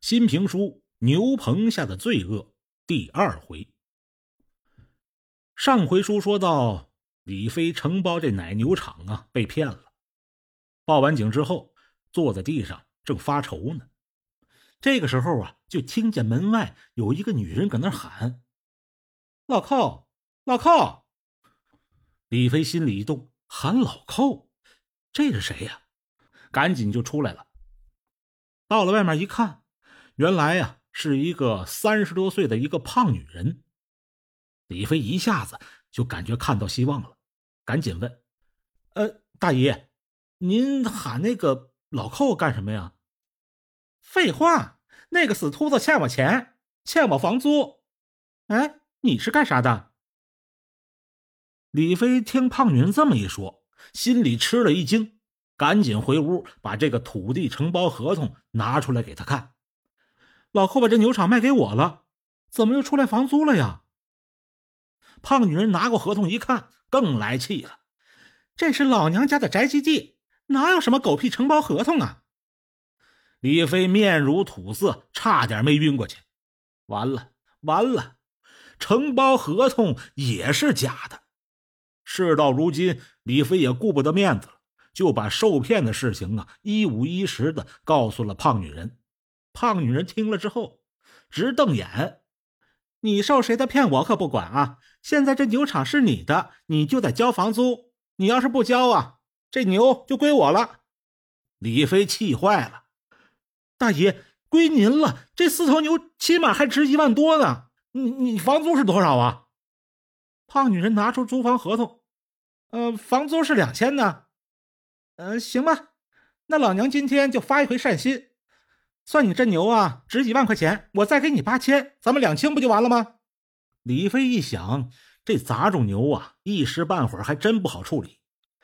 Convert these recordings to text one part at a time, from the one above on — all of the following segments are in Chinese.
新评书《牛棚下的罪恶》第2回。上回书说到，李飞承包这奶牛场啊，被骗了。报完警之后，坐在地上正发愁呢。这个时候啊，就听见门外有一个女人搁那喊：“老寇，老寇！”李飞心里一动，喊老寇，这是谁呀？赶紧就出来了。到了外面一看，原来呀，是一个30多岁的一个胖女人。李飞一下子就感觉看到希望了，赶紧问：“大爷，您喊那个老寇干什么呀？”“废话，那个死秃子欠我钱，欠我房租。哎，你是干啥的？”李飞听胖女人这么一说，心里吃了一惊，赶紧回屋把这个土地承包合同拿出来给他看。老寇把这牛场卖给我了，怎么又出来房租了呀？胖女人拿过合同一看，更来气了。这是老娘家的宅基地，哪有什么狗屁承包合同啊？李飞面如土色，差点没晕过去。完了，完了，承包合同也是假的。事到如今，李飞也顾不得面子了，就把受骗的事情啊一五一十的告诉了胖女人。胖女人听了之后直瞪眼：“你受谁的骗我可不管啊，现在这牛场是你的，你就得交房租，你要是不交啊，这牛就归我了。”李飞气坏了：“大爷，归您了，这4头牛起码还值1万多呢，你房租是多少啊？”胖女人拿出租房合同：“房租是2000呢。行吧，那老娘今天就发一回善心，算你这牛啊值1万块钱，我再给你8000，咱们两清不就完了吗？”李飞一想，这杂种牛啊，一时半会儿还真不好处理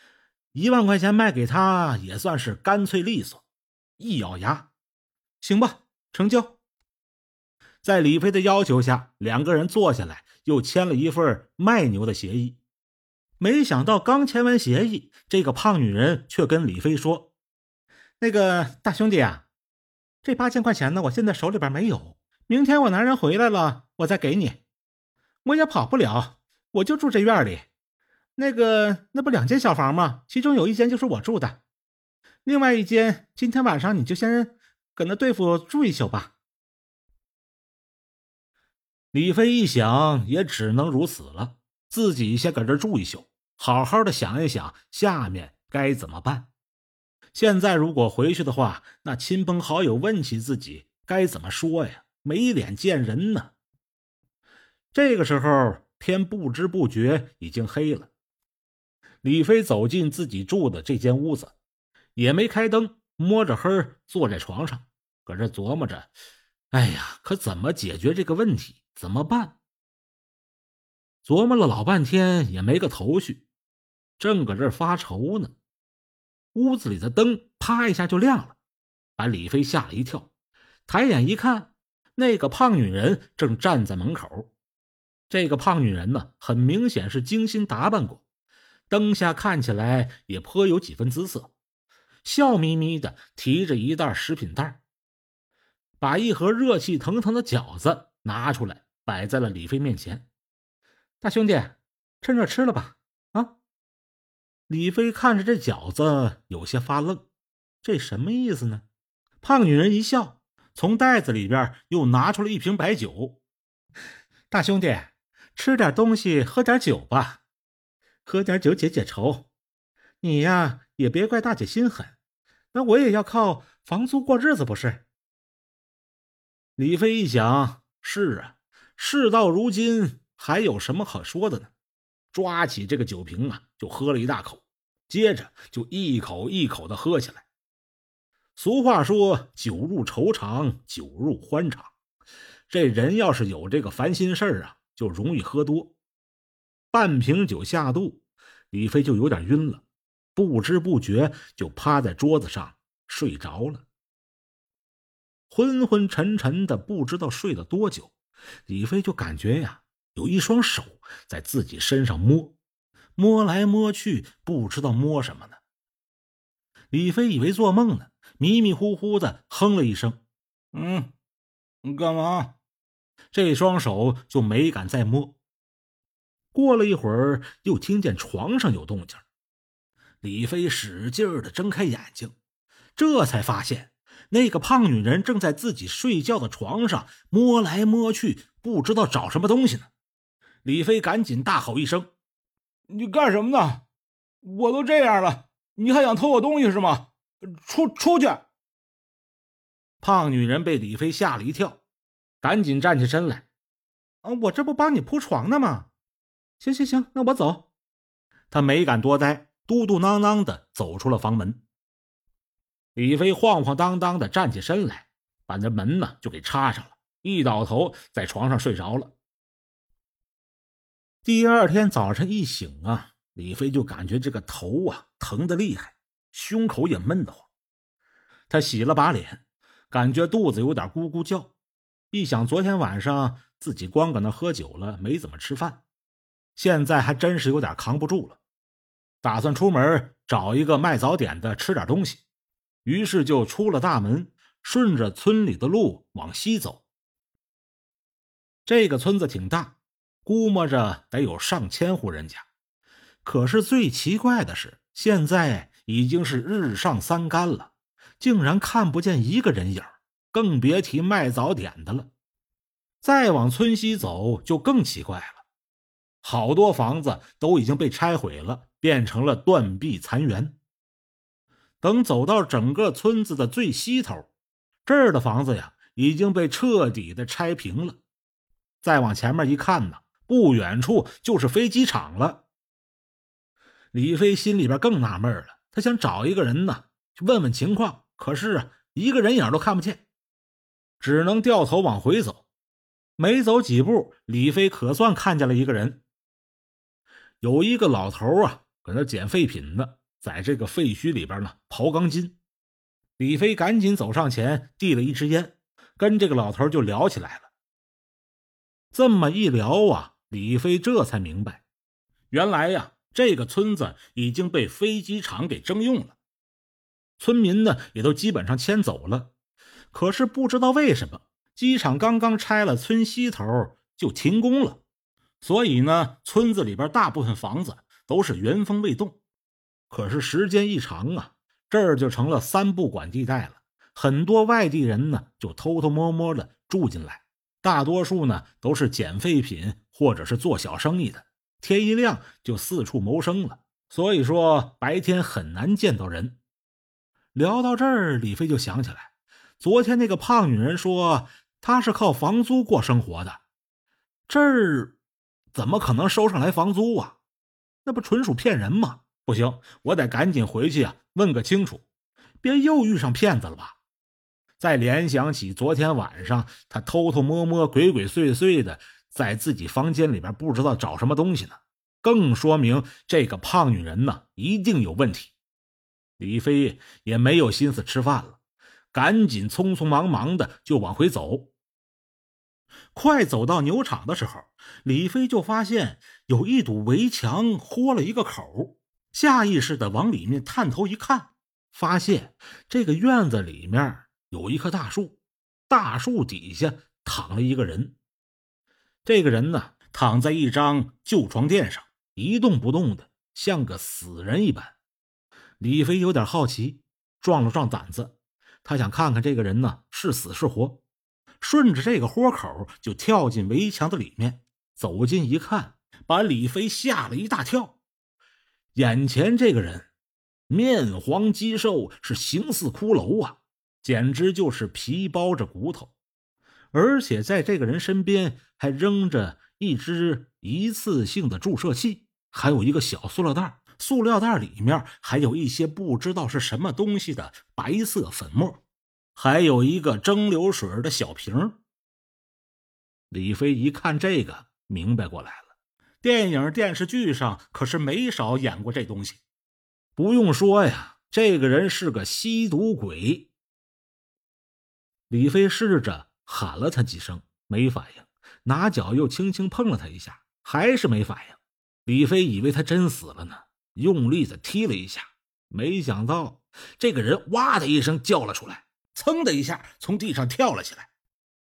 ，1万块钱卖给他也算是干脆利索，一咬牙：“行吧，成交。”在李飞的要求下，两个人坐下来，又签了一份卖牛的协议。没想到刚签完协议，这个胖女人却跟李飞说：“那个大兄弟啊，这8000块钱呢，我现在手里边没有，明天我男人回来了，我再给你。我也跑不了，我就住这院里。那不2间小房吗？其中有1间就是我住的，另外1间今天晚上你就先搁那对付住一宿吧。”李飞一想，也只能如此了，自己先搁这住一宿，好好的想一想下面该怎么办。现在如果回去的话，那亲朋好友问起自己该怎么说呀？没脸见人呢。这个时候天不知不觉已经黑了。李飞走进自己住的这间屋子，也没开灯，摸着黑坐在床上，搁这琢磨着，哎呀，可怎么解决这个问题？怎么办？琢磨了老半天也没个头绪，正搁这发愁呢，屋子里的灯啪一下就亮了，把李飞吓了一跳。抬眼一看，那个胖女人正站在门口。这个胖女人呢，很明显是精心打扮过，灯下看起来也颇有几分姿色，笑眯眯的提着一袋食品袋，把一盒热气腾腾的饺子拿出来摆在了李飞面前。“大兄弟，趁热吃了吧。”啊！李飞看着这饺子有些发愣，这什么意思呢？胖女人一笑，从袋子里边又拿出了一瓶白酒。“大兄弟，吃点东西喝点酒吧，喝点酒解解愁。你呀也别怪大姐心狠，那我也要靠房租过日子不是？”李飞一想，是啊，事到如今还有什么可说的呢？抓起这个酒瓶啊，就喝了一大口，接着就一口一口的喝起来。俗话说，酒入愁肠，酒入欢肠。这人要是有这个烦心事儿啊，就容易喝多。半瓶酒下肚，李飞就有点晕了，不知不觉就趴在桌子上睡着了。昏昏沉沉的，不知道睡了多久，李飞就感觉呀，有一双手在自己身上摸来摸去，不知道摸什么呢。李飞以为做梦呢，迷迷糊糊的哼了一声， 你干嘛？ 这双手就没敢再摸。过了一会儿，又听见床上有动静。李飞使劲的睁开眼睛，这才发现那个胖女人正在自己睡觉的床上摸来摸去，不知道找什么东西呢。李飞赶紧大吼一声：“ 你干什么呢？我都这样了，你还想偷我东西是吗？出去！” 胖女人被李飞吓了一跳，赶紧站起身来：“我这不帮你铺床呢吗？行行行，那我走。”他没敢多待，嘟嘟囔囔的走出了房门。李飞晃晃荡荡的站起身来，把这门呢就给插上了，一倒头在床上睡着了。第二天早晨一醒啊，李飞就感觉这个头啊疼得厉害，胸口也闷得慌。他洗了把脸，感觉肚子有点咕咕叫，一想昨天晚上自己光搁那喝酒了，没怎么吃饭，现在还真是有点扛不住了，打算出门找一个卖早点的吃点东西，于是就出了大门，顺着村里的路往西走。这个村子挺大，估摸着得有上千户人家，可是最奇怪的是，现在已经是日上三竿了，竟然看不见一个人影，更别提卖早点的了。再往村西走就更奇怪了，好多房子都已经被拆毁了，变成了断壁残垣。等走到整个村子的最西头，这儿的房子呀已经被彻底的拆平了。再往前面一看呢，不远处就是飞机场了。李飞心里边更纳闷了，他想找一个人呢去问问情况，可是一个人影都看不见，只能掉头往回走。没走几步，李飞可算看见了一个人，有一个老头啊搁那捡废品呢，在这个废墟里边呢刨钢筋。李飞赶紧走上前递了一支烟，跟这个老头就聊起来了。这么一聊啊，李飞这才明白，原来呀这个村子已经被飞机场给征用了，村民呢也都基本上迁走了。可是不知道为什么，机场刚刚拆了村西头就停工了，所以呢村子里边大部分房子都是原封未动。可是时间一长啊，这儿就成了三不管地带了，很多外地人呢就偷偷摸摸的住进来，大多数呢都是捡废品或者是做小生意的，天一亮就四处谋生了，所以说白天很难见到人。聊到这儿，李飞就想起来，昨天那个胖女人说她是靠房租过生活的，这儿怎么可能收上来房租啊？那不纯属骗人吗？不行，我得赶紧回去啊，问个清楚，别又遇上骗子了吧。再联想起昨天晚上他偷偷摸摸鬼鬼祟祟的在自己房间里边不知道找什么东西呢，更说明这个胖女人呢一定有问题。李飞也没有心思吃饭了，赶紧匆匆忙忙的就往回走。快走到牛场的时候，李飞就发现有一堵围墙豁了一个口，下意识的往里面探头一看，发现这个院子里面有一棵大树，大树底下躺了一个人。这个人呢躺在一张旧床垫上，一动不动的，像个死人一般。李飞有点好奇，壮了壮胆子，他想看看这个人呢是死是活，顺着这个豁口就跳进围墙的里面，走近一看，把李飞吓了一大跳。眼前这个人面黄肌瘦，是形似骷髅啊，简直就是皮包着骨头。而且在这个人身边还扔着一只一次性的注射器，还有一个小塑料袋，塑料袋里面还有一些不知道是什么东西的白色粉末，还有一个蒸馏水的小瓶。李飞一看这个明白过来了，电影电视剧上可是没少演过这东西。不用说呀，这个人是个吸毒鬼。李飞试着喊了他几声，没反应，拿脚又轻轻碰了他一下，还是没反应。李飞以为他真死了呢，用力的踢了一下，没想到这个人哇的一声叫了出来，噌的一下从地上跳了起来。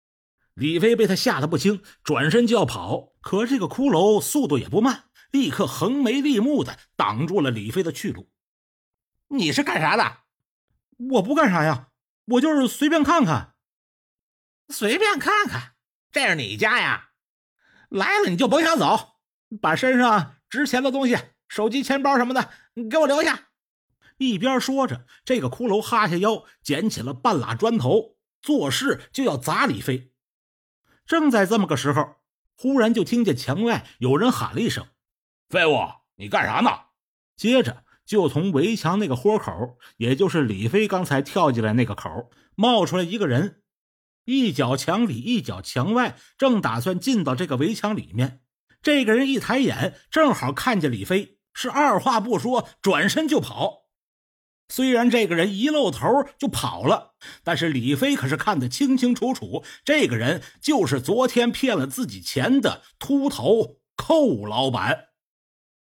李飞被他吓得不轻，转身就要跑，可这个骷髅速度也不慢，立刻横眉立目的挡住了李飞的去路。 你是干啥的？ 我不干啥呀，我就是随便看看。 随便看看？这是你家呀？来了你就甭想走，把身上值钱的东西，手机、钱包什么的，你给我留下。 一边说着，这个骷髅哈下腰，捡起了半拉砖头，作势就要砸李飞。正在这么个时候，忽然就听见墙外有人喊了一声：“ 废物，你干啥呢？” 接着就从围墙那个豁口，也就是李飞刚才跳进来那个口，冒出来一个人，一脚墙里一脚墙外，正打算进到这个围墙里面。这个人一抬眼，正好看见李飞，是二话不说转身就跑。虽然这个人一露头就跑了，但是李飞可是看得清清楚楚，这个人就是昨天骗了自己钱的秃头寇老板。